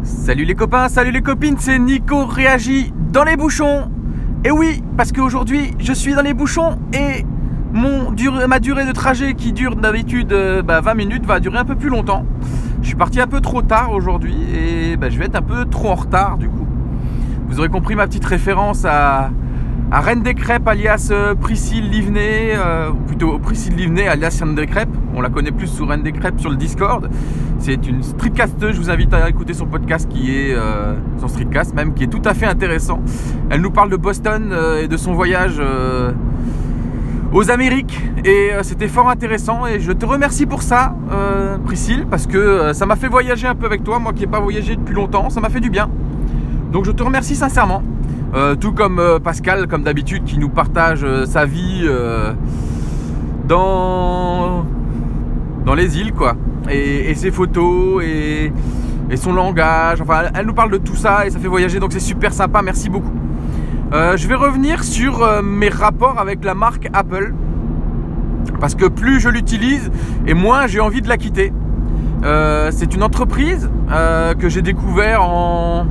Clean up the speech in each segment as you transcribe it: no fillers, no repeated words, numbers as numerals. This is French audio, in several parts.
Salut les copains, salut les copines, c'est Nico réagit dans les bouchons. Et oui, parce qu'aujourd'hui je suis dans les bouchons et ma durée de trajet qui dure d'habitude 20 minutes va durer un peu plus longtemps. Je suis parti un peu trop tard aujourd'hui et je vais être un peu trop en retard du coup. Vous aurez compris ma petite référence à Reine des Crêpes alias Priscille Livnet, ou plutôt Priscille Livnet alias Reine des Crêpes. On la connaît plus sous Reine des Crêpes sur le Discord. C'est une streetcasteuse, je vous invite à écouter son podcast qui est, son streetcast même, qui est tout à fait intéressant. Elle nous parle de Boston et de son voyage aux Amériques et c'était fort intéressant et je te remercie pour ça Priscille, parce que ça m'a fait voyager un peu avec toi, moi qui n'ai pas voyagé depuis longtemps, ça m'a fait du bien. Donc je te remercie sincèrement. Tout comme Pascal, comme d'habitude, qui nous partage sa vie dans les îles, quoi. Et ses photos et son langage. Enfin, elle nous parle de tout ça et ça fait voyager, donc c'est super sympa. Merci beaucoup. Je vais revenir sur mes rapports avec la marque Apple. Parce que plus je l'utilise et moins j'ai envie de la quitter. C'est une entreprise que j'ai découvert en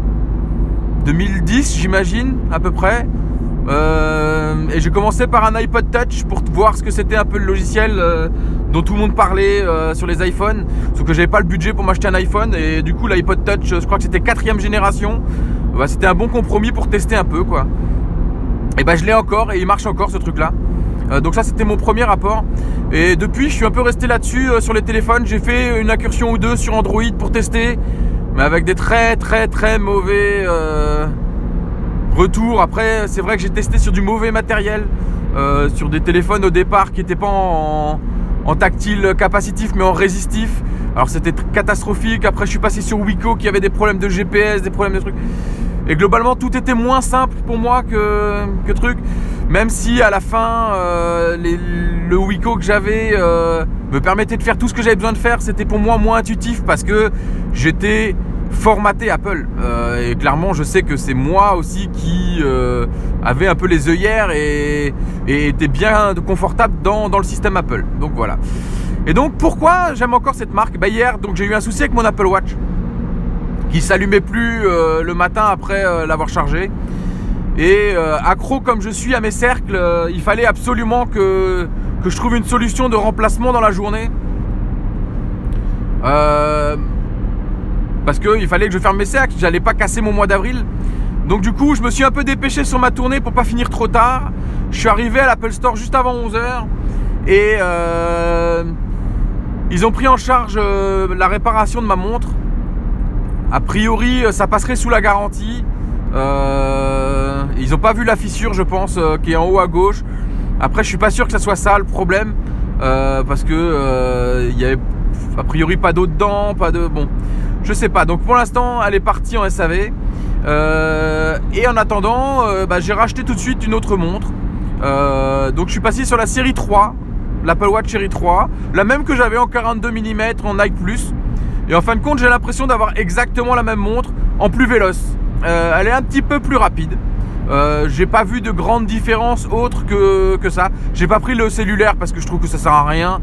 2010 j'imagine à peu près et j'ai commencé par un iPod Touch pour voir ce que c'était un peu le logiciel dont tout le monde parlait sur les iPhones, sauf que j'avais pas le budget pour m'acheter un iPhone et du coup l'iPod Touch, je crois que c'était 4ème génération, c'était un bon compromis pour tester un peu quoi. Et je l'ai encore et il marche encore ce truc là. Donc ça c'était mon premier rapport et depuis je suis un peu resté là-dessus sur les téléphones. J'ai fait une incursion ou deux sur Android pour tester, mais avec des très mauvais retours. Après c'est vrai que j'ai testé sur du mauvais matériel, sur des téléphones au départ qui n'étaient pas en tactile capacitif mais en résistif. Alors c'était catastrophique. Après je suis passé sur Wiko qui avait des problèmes de GPS, des problèmes de trucs. Et globalement tout était moins simple pour moi que truc. Même si à la fin le Wiko que j'avais me permettait de faire tout ce que j'avais besoin de faire, c'était pour moi moins intuitif parce que j'étais formaté Apple. Et clairement je sais que c'est moi aussi qui avait un peu les œillères et était bien confortable dans le système Apple. Donc voilà. Et donc pourquoi j'aime encore cette marque ? Hier donc j'ai eu un souci avec mon Apple Watch qui s'allumait plus le matin après l'avoir chargé. Et accro comme je suis à mes cercles, il fallait absolument que je trouve une solution de remplacement dans la journée. Parce qu'il fallait que je ferme mes cercles, j'allais pas casser mon mois d'avril. Donc du coup je me suis un peu dépêché sur ma tournée pour pas finir trop tard. Je suis arrivé à l'Apple Store juste avant 11h. Et ils ont pris en charge la réparation de ma montre. A priori ça passerait sous la garantie. Ils n'ont pas vu la fissure je pense qui est en haut à gauche. Après je suis pas sûr que ça soit ça le problème, parce que il y avait a priori pas d'eau dedans, pas de... Bon, je sais pas. Donc pour l'instant elle est partie en SAV et en attendant j'ai racheté tout de suite une autre montre. Donc je suis passé sur la série 3, l'Apple Watch série 3, la même que j'avais en 42 mm en Nike Plus. Et en fin de compte j'ai l'impression d'avoir exactement la même montre en plus véloce. Elle est un petit peu plus rapide. J'ai pas vu de grande différence autre que ça. J'ai pas pris le cellulaire parce que je trouve que ça sert à rien.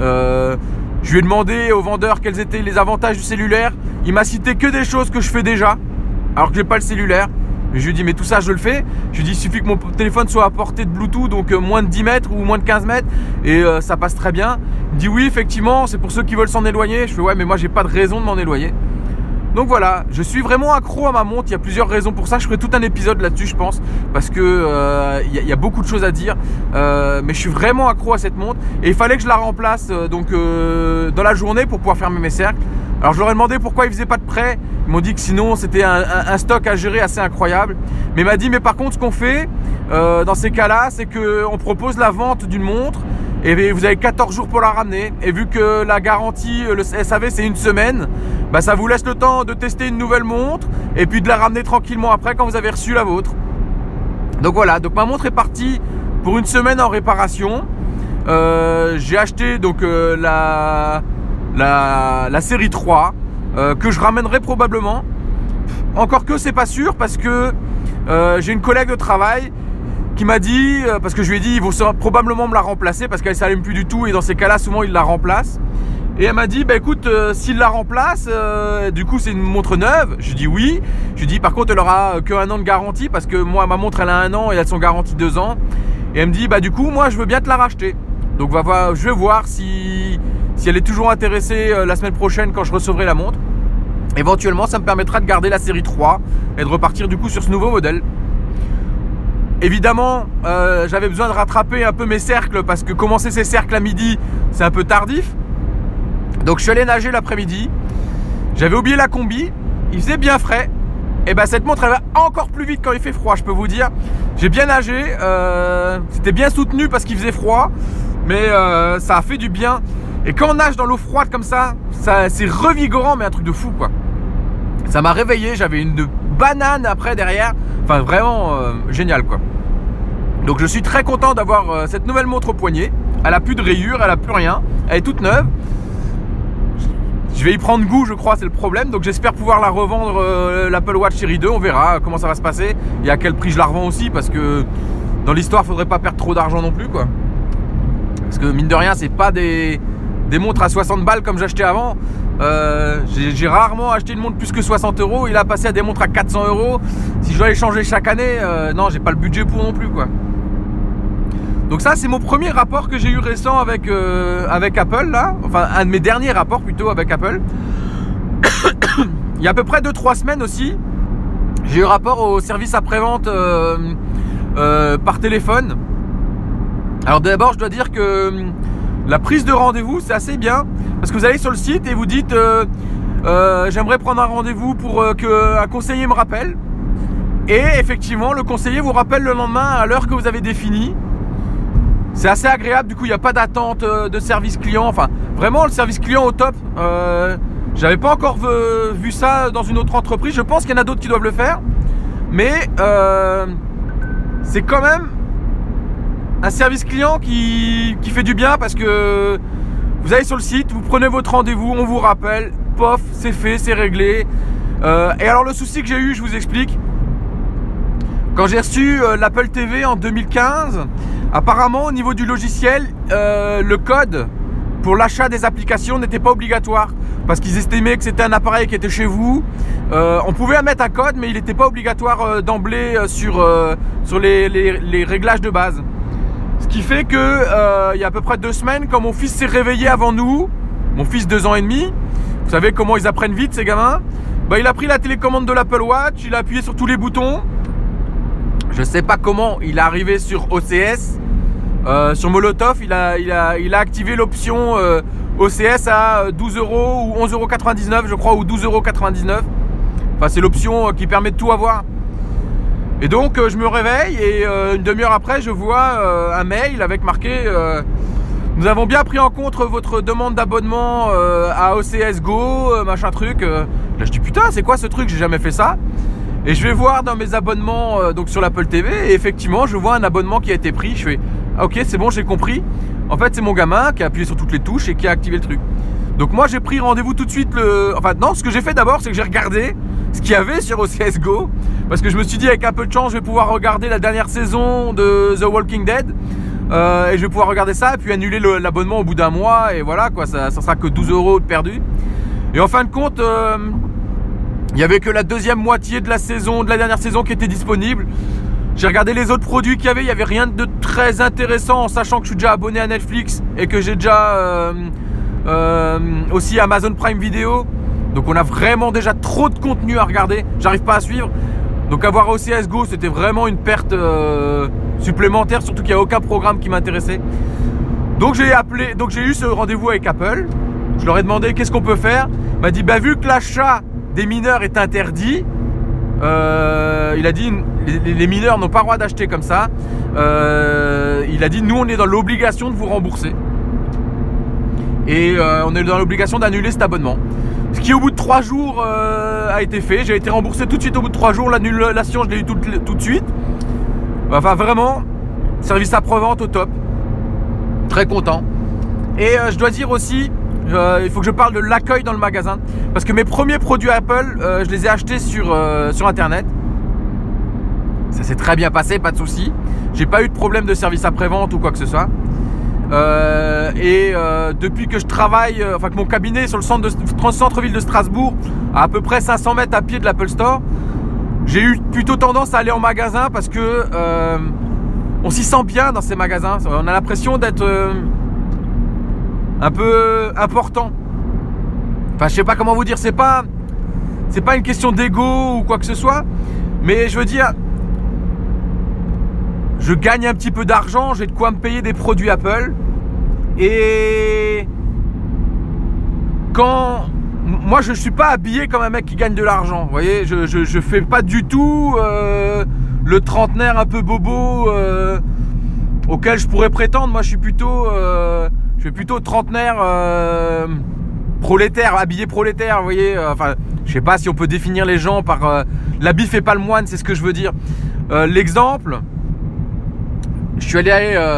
Je lui ai demandé au vendeur quels étaient les avantages du cellulaire. Il m'a cité que des choses que je fais déjà, alors que j'ai pas le cellulaire. Je lui ai dit mais tout ça je le fais. Je lui ai dit il suffit que mon téléphone soit à portée de Bluetooth, donc moins de 10 mètres ou moins de 15 mètres et ça passe très bien. Il me dit oui effectivement c'est pour ceux qui veulent s'en éloigner. Je fais ouais mais moi j'ai pas de raison de m'en éloigner. Donc voilà, je suis vraiment accro à ma montre. Il y a plusieurs raisons pour ça. Je ferai tout un épisode là-dessus, je pense, parce que y a beaucoup de choses à dire. Mais je suis vraiment accro à cette montre et il fallait que je la remplace dans la journée pour pouvoir fermer mes cercles. Alors je leur ai demandé pourquoi ils faisaient pas de prêt. Ils m'ont dit que sinon c'était un stock à gérer assez incroyable. Mais il m'a dit mais par contre ce qu'on fait dans ces cas-là, c'est qu'on propose la vente d'une montre. Et vous avez 14 jours pour la ramener. Et vu que la garantie, le SAV c'est une semaine, ça vous laisse le temps de tester une nouvelle montre et puis de la ramener tranquillement après quand vous avez reçu la vôtre. Donc voilà, donc ma montre est partie pour une semaine en réparation. J'ai acheté donc la série 3 que je ramènerai probablement. Encore que c'est pas sûr parce que j'ai une collègue de travail qui m'a dit, parce que je lui ai dit il faut probablement me la remplacer parce qu'elle ne s'allume plus du tout et dans ces cas-là souvent il la remplace. Et elle m'a dit, bah écoute, s'il la remplace, du coup c'est une montre neuve. Je lui dis oui. Je lui dis par contre elle aura que 1 an de garantie parce que moi ma montre elle a 1 an et elle sont garantie 2 ans. Et elle me dit, bah du coup moi je veux bien te la racheter. Donc je vais voir si elle est toujours intéressée la semaine prochaine quand je recevrai la montre. Éventuellement ça me permettra de garder la série 3 et de repartir du coup sur ce nouveau modèle. Évidemment j'avais besoin de rattraper un peu mes cercles parce que commencer ces cercles à midi c'est un peu tardif. Donc je suis allé nager l'après-midi. J'avais oublié la combi. Il faisait bien frais. Et ben cette montre elle va encore plus vite quand il fait froid, je peux vous dire. J'ai bien nagé. C'était bien soutenu parce qu'il faisait froid. Mais ça a fait du bien. Et quand on nage dans l'eau froide comme ça c'est revigorant, mais un truc de fou quoi. Ça m'a réveillé. J'avais une banane après derrière. Enfin vraiment génial quoi. Donc je suis très content d'avoir cette nouvelle montre au poignet. Elle a plus de rayures, elle a plus rien. Elle est toute neuve. Je vais y prendre goût, je crois, c'est le problème. Donc j'espère pouvoir la revendre, l'Apple Watch Série 2. On verra comment ça va se passer et à quel prix je la revends aussi. Parce que dans l'histoire, il ne faudrait pas perdre trop d'argent non plus quoi. Parce que mine de rien, c'est pas des montres à 60 balles comme j'achetais avant. J'ai rarement acheté une montre plus que 60 €. Il a passé à des montres à 400 €. Si je dois les changer chaque année, non, j'ai pas le budget pour non plus quoi. Donc ça c'est mon premier rapport que j'ai eu récent avec Apple là. Enfin un de mes derniers rapports plutôt avec Apple. Il y a à peu près 2-3 semaines aussi, j'ai eu rapport au service après-vente par téléphone. Alors d'abord je dois dire que la prise de rendez-vous c'est assez bien. Parce que vous allez sur le site et vous dites j'aimerais prendre un rendez-vous pour qu'un conseiller me rappelle. Et effectivement le conseiller vous rappelle le lendemain à l'heure que vous avez définie. C'est assez agréable, du coup il n'y a pas d'attente de service client. Enfin vraiment le service client au top. J'avais pas encore vu ça dans une autre entreprise. Je pense qu'il y en a d'autres qui doivent le faire. Mais c'est quand même un service client qui fait du bien. Parce que vous allez sur le site, vous prenez votre rendez-vous, on vous rappelle, pof, c'est fait, c'est réglé. Et alors le souci que j'ai eu, je vous explique. Quand j'ai reçu l'Apple TV en 2015, apparemment au niveau du logiciel, le code pour l'achat des applications n'était pas obligatoire. Parce qu'ils estimaient que c'était un appareil qui était chez vous. On pouvait mettre un code, mais il n'était pas obligatoire d'emblée sur les réglages de base. Ce qui fait que il y a à peu près 2 semaines, quand mon fils s'est réveillé avant nous, mon fils 2 ans et demi, vous savez comment ils apprennent vite ces gamins, bah, il a pris la télécommande de l'Apple Watch, il a appuyé sur tous les boutons. Je sais pas comment il est arrivé sur OCS, sur Molotov, il a activé l'option OCS à 12 € ou 11,99 € je crois, ou 12,99 €. Enfin c'est l'option qui permet de tout avoir. Et donc je me réveille et une demi-heure après je vois un mail avec marqué nous avons bien pris en compte votre demande d'abonnement à OCS Go, machin truc. Là je dis putain c'est quoi ce truc, j'ai jamais fait ça. Et je vais voir dans mes abonnements donc sur l'Apple TV et effectivement je vois un abonnement qui a été pris. Je fais ah, ok c'est bon j'ai compris. En fait c'est mon gamin qui a appuyé sur toutes les touches et qui a activé le truc. Donc moi j'ai pris rendez-vous tout de suite. Enfin non, ce que j'ai fait d'abord c'est que j'ai regardé ce qu'il y avait sur OCS Go. Parce que je me suis dit avec un peu de chance je vais pouvoir regarder la dernière saison de The Walking Dead. Et je vais pouvoir regarder ça et puis annuler l'abonnement au bout d'un mois. Et voilà quoi, ça sera que 12 € de perdu. Et en fin de compte il n'y avait que la deuxième moitié de la dernière saison qui était disponible. J'ai regardé les autres produits qu'il y avait, il n'y avait rien de très intéressant en sachant que je suis déjà abonné à Netflix et que j'ai déjà aussi Amazon Prime Video. Donc on a vraiment déjà trop de contenu à regarder, j'arrive pas à suivre. Donc avoir OCS Go c'était vraiment une perte supplémentaire, surtout qu'il n'y a aucun programme qui m'intéressait. Donc j'ai eu ce rendez-vous avec Apple. Je leur ai demandé qu'est-ce qu'on peut faire. Il m'a dit bah vu que l'achat des mineurs est interdit, il a dit les mineurs n'ont pas le droit d'acheter comme ça. Il a dit nous on est dans l'obligation de vous rembourser et on est dans l'obligation d'annuler cet abonnement. Ce qui au bout de 3 jours a été fait. J'ai été remboursé tout de suite au bout de 3 jours. L'annulation je l'ai eu tout de suite. Enfin vraiment service après-vente au top. Très content. Et je dois dire aussi il faut que je parle de l'accueil dans le magasin. Parce que mes premiers produits Apple je les ai achetés sur internet. Ça s'est très bien passé, pas de souci. J'ai pas eu de problème de service après-vente ou quoi que ce soit. Depuis que je travaille, que mon cabinet est sur le centre-ville de Strasbourg, à peu près 500 mètres à pied de l'Apple Store, j'ai eu plutôt tendance à aller en magasin parce que on s'y sent bien dans ces magasins. On a l'impression d'être un peu important. Enfin, je sais pas comment vous dire, c'est pas une question d'ego ou quoi que ce soit, mais je veux dire, je gagne un petit peu d'argent, j'ai de quoi me payer des produits Apple. Et moi je suis pas habillé comme un mec qui gagne de l'argent, vous voyez, je fais pas du tout le trentenaire un peu bobo auquel je pourrais prétendre. Moi je suis plutôt trentenaire prolétaire, habillé prolétaire, vous voyez. Je sais pas si on peut définir les gens par l'habit fait pas le moine, c'est ce que je veux dire. L'exemple, je suis allé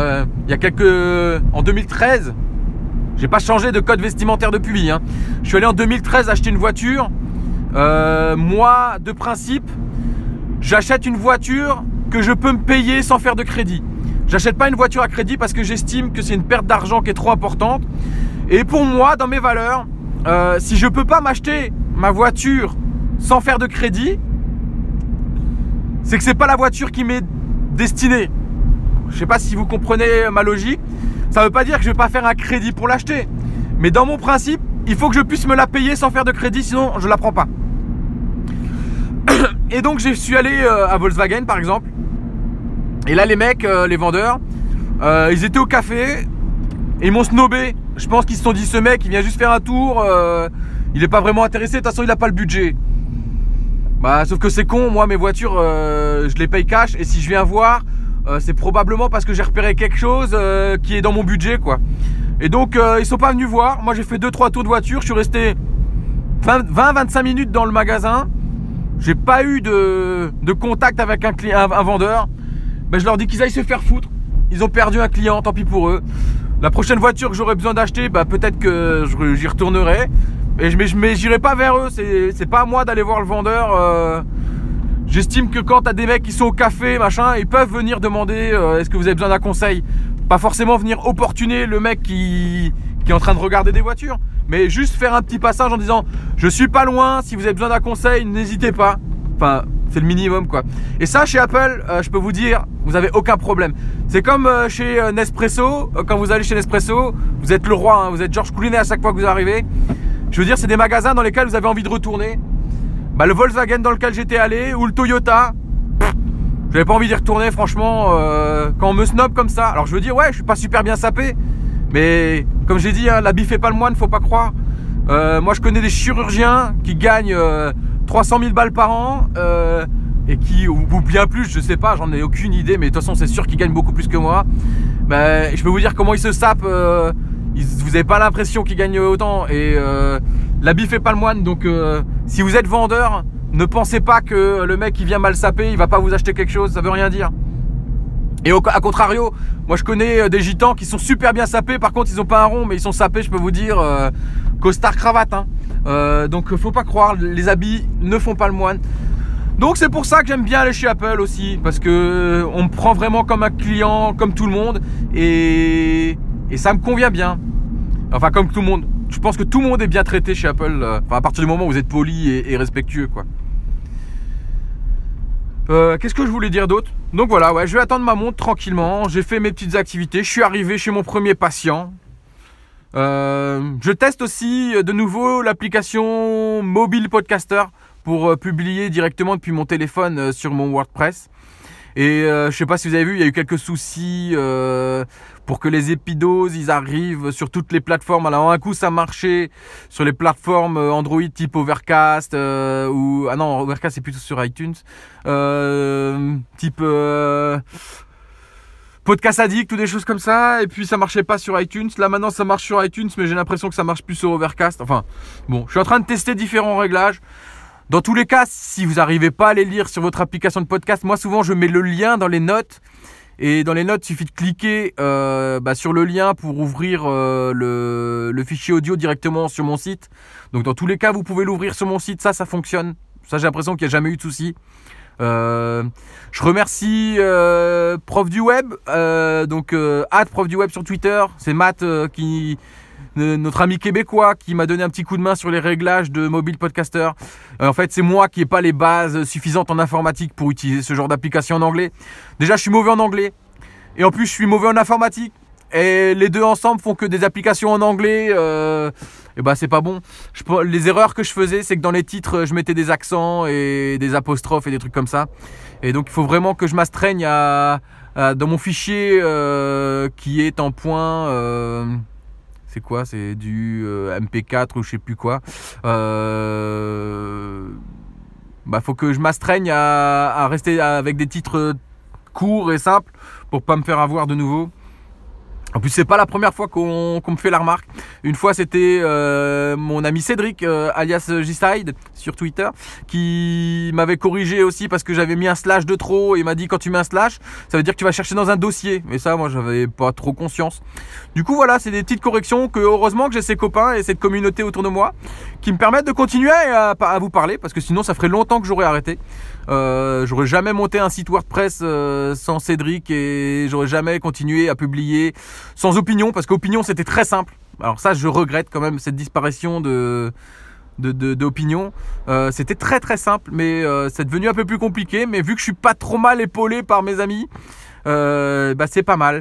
en 2013. J'ai pas changé de code vestimentaire depuis. Je suis allé en 2013 acheter une voiture. Moi, de principe, j'achète une voiture que je peux me payer sans faire de crédit. J'achète pas une voiture à crédit parce que j'estime que c'est une perte d'argent qui est trop importante. Et pour moi, dans mes valeurs, si je peux pas m'acheter ma voiture sans faire de crédit, c'est que c'est pas la voiture qui m'est destinée. Je sais pas si vous comprenez ma logique. Ça veut pas dire que je vais pas faire un crédit pour l'acheter. Mais dans mon principe, il faut que je puisse me la payer sans faire de crédit, sinon je la prends pas. Et donc je suis allé à Volkswagen par exemple. Et là les mecs, les vendeurs, ils étaient au café et ils m'ont snobé. Je pense qu'ils se sont dit, ce mec il vient juste faire un tour, il est pas vraiment intéressé, de toute façon il a pas le budget. Bah sauf que c'est con, moi mes voitures je les paye cash, et si je viens voir, c'est probablement parce que j'ai repéré quelque chose qui est dans mon budget quoi. Et donc ils sont pas venus voir. Moi j'ai fait 2-3 tours de voiture, je suis resté 20-25 minutes dans le magasin. J'ai pas eu de contact avec un vendeur. Ben, je leur dis qu'ils aillent se faire foutre. Ils ont perdu un client, tant pis pour eux. La prochaine voiture que j'aurai besoin d'acheter, bah, peut-être que j'y retournerai. Mais j'irai pas vers eux. C'est pas à moi d'aller voir le vendeur. J'estime que quand t'as des mecs qui sont au café, machin, ils peuvent venir demander est-ce que vous avez besoin d'un conseil. Pas forcément venir opportuner le mec qui est en train de regarder des voitures, mais juste faire un petit passage en disant je suis pas loin, si vous avez besoin d'un conseil, n'hésitez pas. Enfin, c'est le minimum quoi. Et ça, chez Apple, je peux vous dire, vous avez aucun problème. C'est comme chez Nespresso. Quand vous allez chez Nespresso, vous êtes le roi, hein, vous êtes Georges Clooney à chaque fois que vous arrivez. Je veux dire, c'est des magasins dans lesquels vous avez envie de retourner. Bah, le Volkswagen dans lequel j'étais allé, ou le Toyota, j'avais pas envie d'y retourner franchement. Quand on me snob comme ça, alors je veux dire, ouais, je suis pas super bien sapé, mais comme j'ai dit, hein, l'habit fait pas le moine, faut pas croire. Moi je connais des chirurgiens qui gagnent 300 000 balles par an et qui, ou bien plus, je sais pas, j'en ai aucune idée, mais de toute façon c'est sûr qu'ils gagnent beaucoup plus que moi. Bah, je peux vous dire comment ils se sapent. Vous avez pas l'impression qu'ils gagnent autant, et l'habit fait pas le moine. Donc si vous êtes vendeur, ne pensez pas que le mec qui vient mal saper, il va pas vous acheter quelque chose, ça veut rien dire. Et à contrario, moi je connais des gitans qui sont super bien sapés, par contre ils ont pas un rond, mais ils sont sapés, je peux vous dire, costard cravate, hein. Donc faut pas croire, les habits ne font pas le moine. Donc c'est pour ça que j'aime bien aller chez Apple aussi, parce que on me prend vraiment comme un client, comme tout le monde, et ça me convient bien. Enfin comme tout le monde. Je pense que tout le monde est bien traité chez Apple, à partir du moment où vous êtes poli et respectueux quoi. Qu'est-ce que je voulais dire d'autre? Donc voilà, ouais, je vais attendre ma montre tranquillement. J'ai fait mes petites activités. Je suis arrivé chez mon premier patient. Je teste aussi de nouveau l'application Mobile Podcaster pour publier directement depuis mon téléphone sur mon WordPress. Et je sais pas si vous avez vu, il y a eu quelques soucis pour que les épidoses ils arrivent sur toutes les plateformes. Alors un coup ça marchait sur les plateformes Android type Overcast non, Overcast c'est plutôt sur iTunes, type Podcast Addict ou des choses comme ça, et puis ça marchait pas sur iTunes. Là maintenant ça marche sur iTunes, mais j'ai l'impression que ça marche plus sur Overcast. Enfin bon, je suis en train de tester différents réglages. Dans tous les cas, si vous n'arrivez pas à les lire sur votre application de podcast, moi souvent je mets le lien dans les notes. Et dans les notes, il suffit de cliquer sur le lien pour ouvrir le fichier audio directement sur mon site. Donc dans tous les cas, vous pouvez l'ouvrir sur mon site, ça fonctionne. Ça, j'ai l'impression qu'il n'y a jamais eu de souci. Je remercie Prof du Web, donc @Prof du Web sur Twitter. C'est Matt notre ami québécois qui m'a donné un petit coup de main sur les réglages de Mobile Podcaster. En fait, c'est moi qui n'ai pas les bases suffisantes en informatique pour utiliser ce genre d'application en anglais. Déjà, je suis mauvais en anglais. Et en plus, je suis mauvais en informatique. Et les deux ensemble font que des applications en anglais, et bah c'est pas bon. Les erreurs que je faisais, c'est que dans les titres, je mettais des accents et des apostrophes et des trucs comme ça. Et donc, il faut vraiment que je m'astreigne dans mon fichier qui est en point... c'est quoi? C'est du MP4 ou je sais plus quoi. Faut que je m'astreigne à rester avec des titres courts et simples pour pas me faire avoir de nouveau. En plus, c'est pas la première fois qu'on me fait la remarque. Une fois, c'était mon ami Cédric, alias G-Side, sur Twitter, qui m'avait corrigé aussi parce que j'avais mis un slash de trop. Et il m'a dit, quand tu mets un slash, ça veut dire que tu vas chercher dans un dossier. Mais ça, moi, j'avais pas trop conscience. Du coup, voilà, c'est des petites corrections que heureusement que j'ai ces copains et cette communauté autour de moi qui me permettent de continuer à vous parler, parce que sinon, ça ferait longtemps que j'aurais arrêté. J'aurais jamais monté un site WordPress sans Cédric, et j'aurais jamais continué à publier sans opinion, parce qu'opinion c'était très simple. Alors ça, je regrette quand même cette disparition d'opinion. C'était très très simple, mais c'est devenu un peu plus compliqué. Mais vu que je suis pas trop mal épaulé par mes amis, c'est pas mal.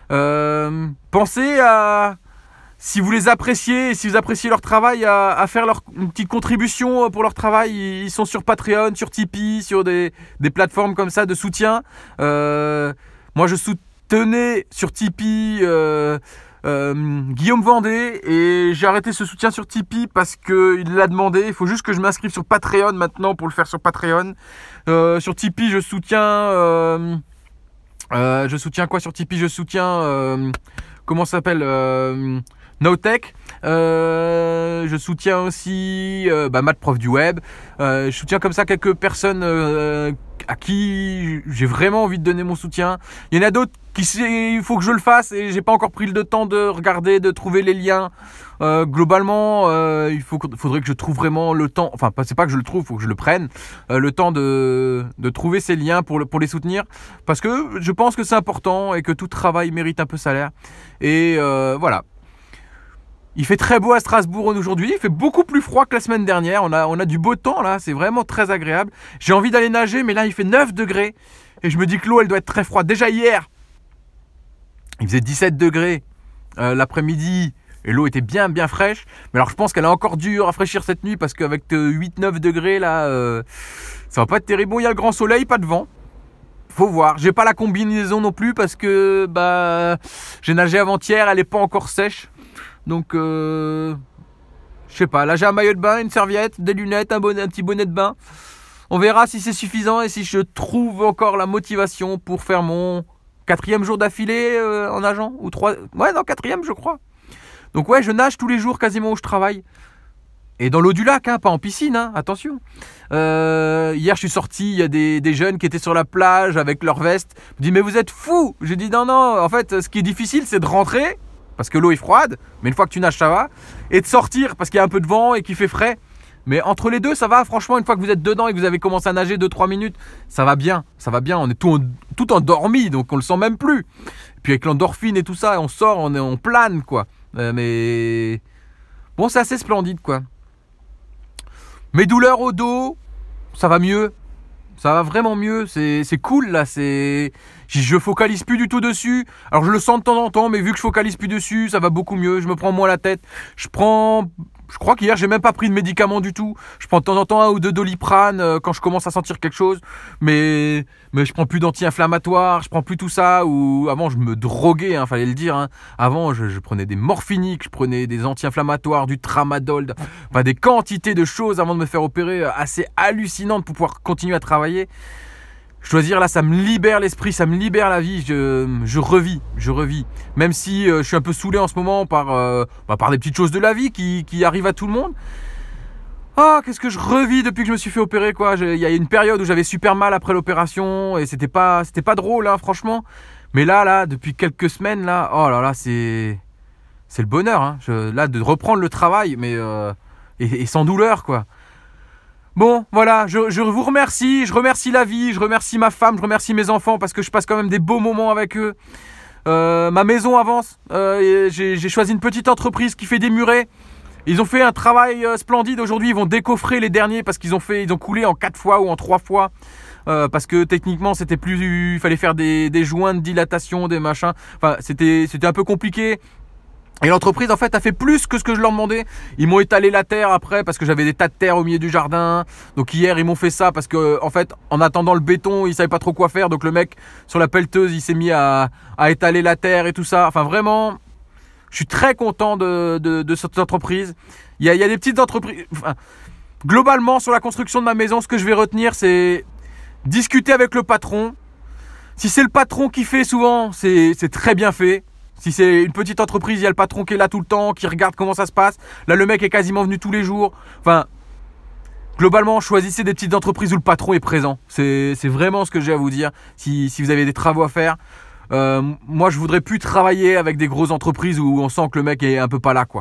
Pensez à, si vous les appréciez et si vous appréciez leur travail, à faire une petite contribution pour leur travail. Ils sont sur Patreon, sur Tipeee, sur des plateformes comme ça de soutien. Moi, je soutenais sur Tipeee Guillaume Vendée, et j'ai arrêté ce soutien sur Tipeee parce qu'il l'a demandé. Il faut juste que je m'inscrive sur Patreon maintenant pour le faire sur Patreon. Sur Tipeee, je soutiens... je soutiens quoi sur Tipeee? Je soutiens... comment ça s'appelle Nowtech. Je soutiens aussi Matt Prof du Web. Je soutiens comme ça quelques personnes à qui j'ai vraiment envie de donner mon soutien. Il y en a d'autres il faut que je le fasse et j'ai pas encore pris le temps de regarder, de trouver les liens. Globalement, faudrait que je trouve vraiment le temps. Enfin, c'est pas que je le trouve, faut que je le prenne le temps de trouver ces liens pour les soutenir, parce que je pense que c'est important et que tout travail mérite un peu salaire. Et voilà. Il fait très beau à Strasbourg aujourd'hui, il fait beaucoup plus froid que la semaine dernière, on a du beau temps là, c'est vraiment très agréable. J'ai envie d'aller nager, mais là il fait 9 degrés et je me dis que l'eau elle doit être très froide. Déjà hier, il faisait 17 degrés l'après-midi et l'eau était bien bien fraîche. Mais alors je pense qu'elle a encore dû rafraîchir cette nuit, parce qu'avec 8-9 degrés là, ça va pas être terrible. Bon, il y a le grand soleil, pas de vent. Faut voir, j'ai pas la combinaison non plus parce que j'ai nagé avant-hier, elle est pas encore sèche. Donc, je sais pas. Là, j'ai un maillot de bain, une serviette, des lunettes, un petit bonnet de bain. On verra si c'est suffisant et si je trouve encore la motivation pour faire mon 4e jour d'affilée en nageant. Ou 3... Ouais, non, 4e, je crois. Donc, ouais, je nage tous les jours quasiment où je travaille. Et dans l'eau du lac, pas en piscine, attention. Hier, je suis sorti, il y a des jeunes qui étaient sur la plage avec leur veste. Je me dis, mais vous êtes fous! J'ai dit, non, en fait, ce qui est difficile, c'est de rentrer, parce que l'eau est froide, mais une fois que tu nages, ça va. Et de sortir, parce qu'il y a un peu de vent et qu'il fait frais. Mais entre les deux, ça va. Franchement, une fois que vous êtes dedans et que vous avez commencé à nager 2-3 minutes, ça va bien. Ça va bien. On est tout endormi, donc on le sent même plus. Et puis avec l'endorphine et tout ça, on sort, on plane, quoi. Mais bon, c'est assez splendide, quoi. Mes douleurs au dos, ça va mieux. Ça va vraiment mieux. C'est cool, là. Je focalise plus du tout dessus. Alors, je le sens de temps en temps, mais vu que je focalise plus dessus, ça va beaucoup mieux. Je me prends moins la tête. Je crois qu'hier, j'ai même pas pris de médicaments du tout. Je prends de temps en temps 1 ou 2 Doliprane quand je commence à sentir quelque chose. Mais je prends plus d'anti-inflammatoires, je prends plus tout ça. Ou avant, je me droguais, fallait le dire. Avant, je prenais des morphiniques, je prenais des anti-inflammatoires, du tramadol, des quantités de choses avant de me faire opérer assez hallucinantes pour pouvoir continuer à travailler. Je dois dire, là, ça me libère l'esprit, ça me libère la vie. Je revis. Même si je suis un peu saoulé en ce moment par des petites choses de la vie qui arrivent à tout le monde. Ah, qu'est-ce que je revis depuis que je me suis fait opérer, quoi. Il y a une période où j'avais super mal après l'opération et c'était pas drôle, franchement. Mais là, depuis quelques semaines, là, oh là là, c'est le bonheur. Là, de reprendre le travail, mais et sans douleur, quoi. Bon, voilà, je vous remercie, je remercie la vie, je remercie ma femme, je remercie mes enfants parce que je passe quand même des beaux moments avec eux. Ma maison avance, j'ai choisi une petite entreprise qui fait des murets. Ils ont fait un travail splendide. Aujourd'hui, ils vont décoffrer les derniers parce ils ont coulé en 4 fois ou en 3 fois. Parce que techniquement, il fallait faire des joints de dilatation, des machins. Enfin, c'était un peu compliqué. Et l'entreprise, en fait, a fait plus que ce que je leur demandais. Ils m'ont étalé la terre après parce que j'avais des tas de terre au milieu du jardin. Donc hier, ils m'ont fait ça parce que, en fait, en attendant le béton, ils savaient pas trop quoi faire. Donc le mec, sur la pelleteuse, il s'est mis à étaler la terre et tout ça. Enfin, vraiment, je suis très content de cette entreprise. Il y a des petites entreprises. Enfin, globalement, sur la construction de ma maison, ce que je vais retenir, c'est discuter avec le patron. Si c'est le patron qui fait souvent, c'est très bien fait. Si c'est une petite entreprise, il y a le patron qui est là tout le temps, qui regarde comment ça se passe. Là, le mec est quasiment venu tous les jours. Enfin, globalement, choisissez des petites entreprises où le patron est présent. C'est vraiment ce que j'ai à vous dire. Si vous avez des travaux à faire, moi, je voudrais plus travailler avec des grosses entreprises où on sent que le mec est un peu pas là, quoi.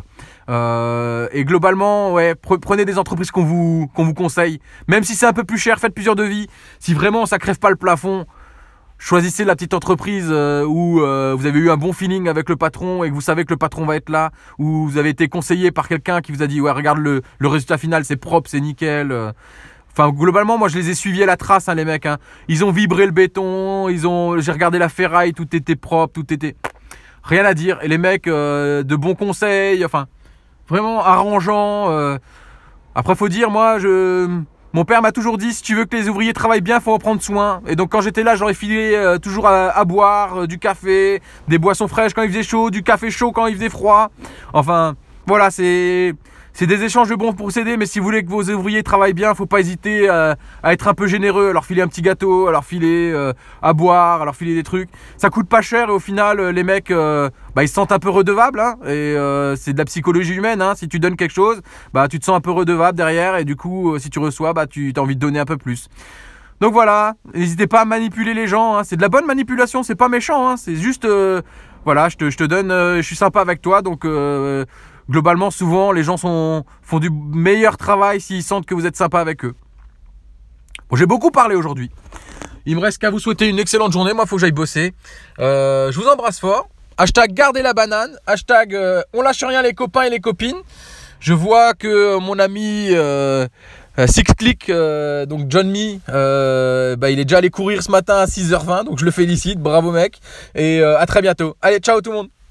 Et globalement, ouais, prenez des entreprises qu'on vous conseille. Même si c'est un peu plus cher, faites plusieurs devis. Si vraiment ça crève pas le plafond, choisissez la petite entreprise où vous avez eu un bon feeling avec le patron et que vous savez que le patron va être là, où vous avez été conseillé par quelqu'un qui vous a dit ouais, regarde le résultat final, c'est propre, c'est nickel. Enfin, globalement, moi je les ai suivis à la trace, hein, les mecs. Hein. Ils ont vibré le béton, j'ai regardé la ferraille, tout était propre, tout était rien à dire. Et les mecs de bons conseils, enfin vraiment arrangeants. Après, faut dire, mon père m'a toujours dit, si tu veux que les ouvriers travaillent bien, faut en prendre soin. Et donc quand j'étais là, j'aurais filé toujours à boire, du café, des boissons fraîches quand il faisait chaud, du café chaud quand il faisait froid. Enfin, voilà, c'est des échanges de bons procédés, mais si vous voulez que vos ouvriers travaillent bien, faut pas hésiter à être un peu généreux, à leur filer un petit gâteau, à leur filer à boire, à leur filer des trucs. Ça coûte pas cher et au final, les mecs, ils se sentent un peu redevables. Hein, et c'est de la psychologie humaine. Hein, si tu donnes quelque chose, tu te sens un peu redevable derrière et du coup, si tu reçois, tu as envie de donner un peu plus. Donc voilà, n'hésitez pas à manipuler les gens. Hein, c'est de la bonne manipulation, c'est pas méchant. Hein, c'est juste, voilà, je te donne, je suis sympa avec toi, donc. Globalement, souvent, les gens font du meilleur travail s'ils sentent que vous êtes sympa avec eux. Bon, j'ai beaucoup parlé aujourd'hui. Il me reste qu'à vous souhaiter une excellente journée. Moi, il faut que j'aille bosser. Je vous embrasse fort. Hashtag gardez la banane. Hashtag on lâche rien les copains et les copines. Je vois que mon ami Six Click, donc John Me, il est déjà allé courir ce matin à 6h20. Donc je le félicite. Bravo mec. Et à très bientôt. Allez, ciao tout le monde.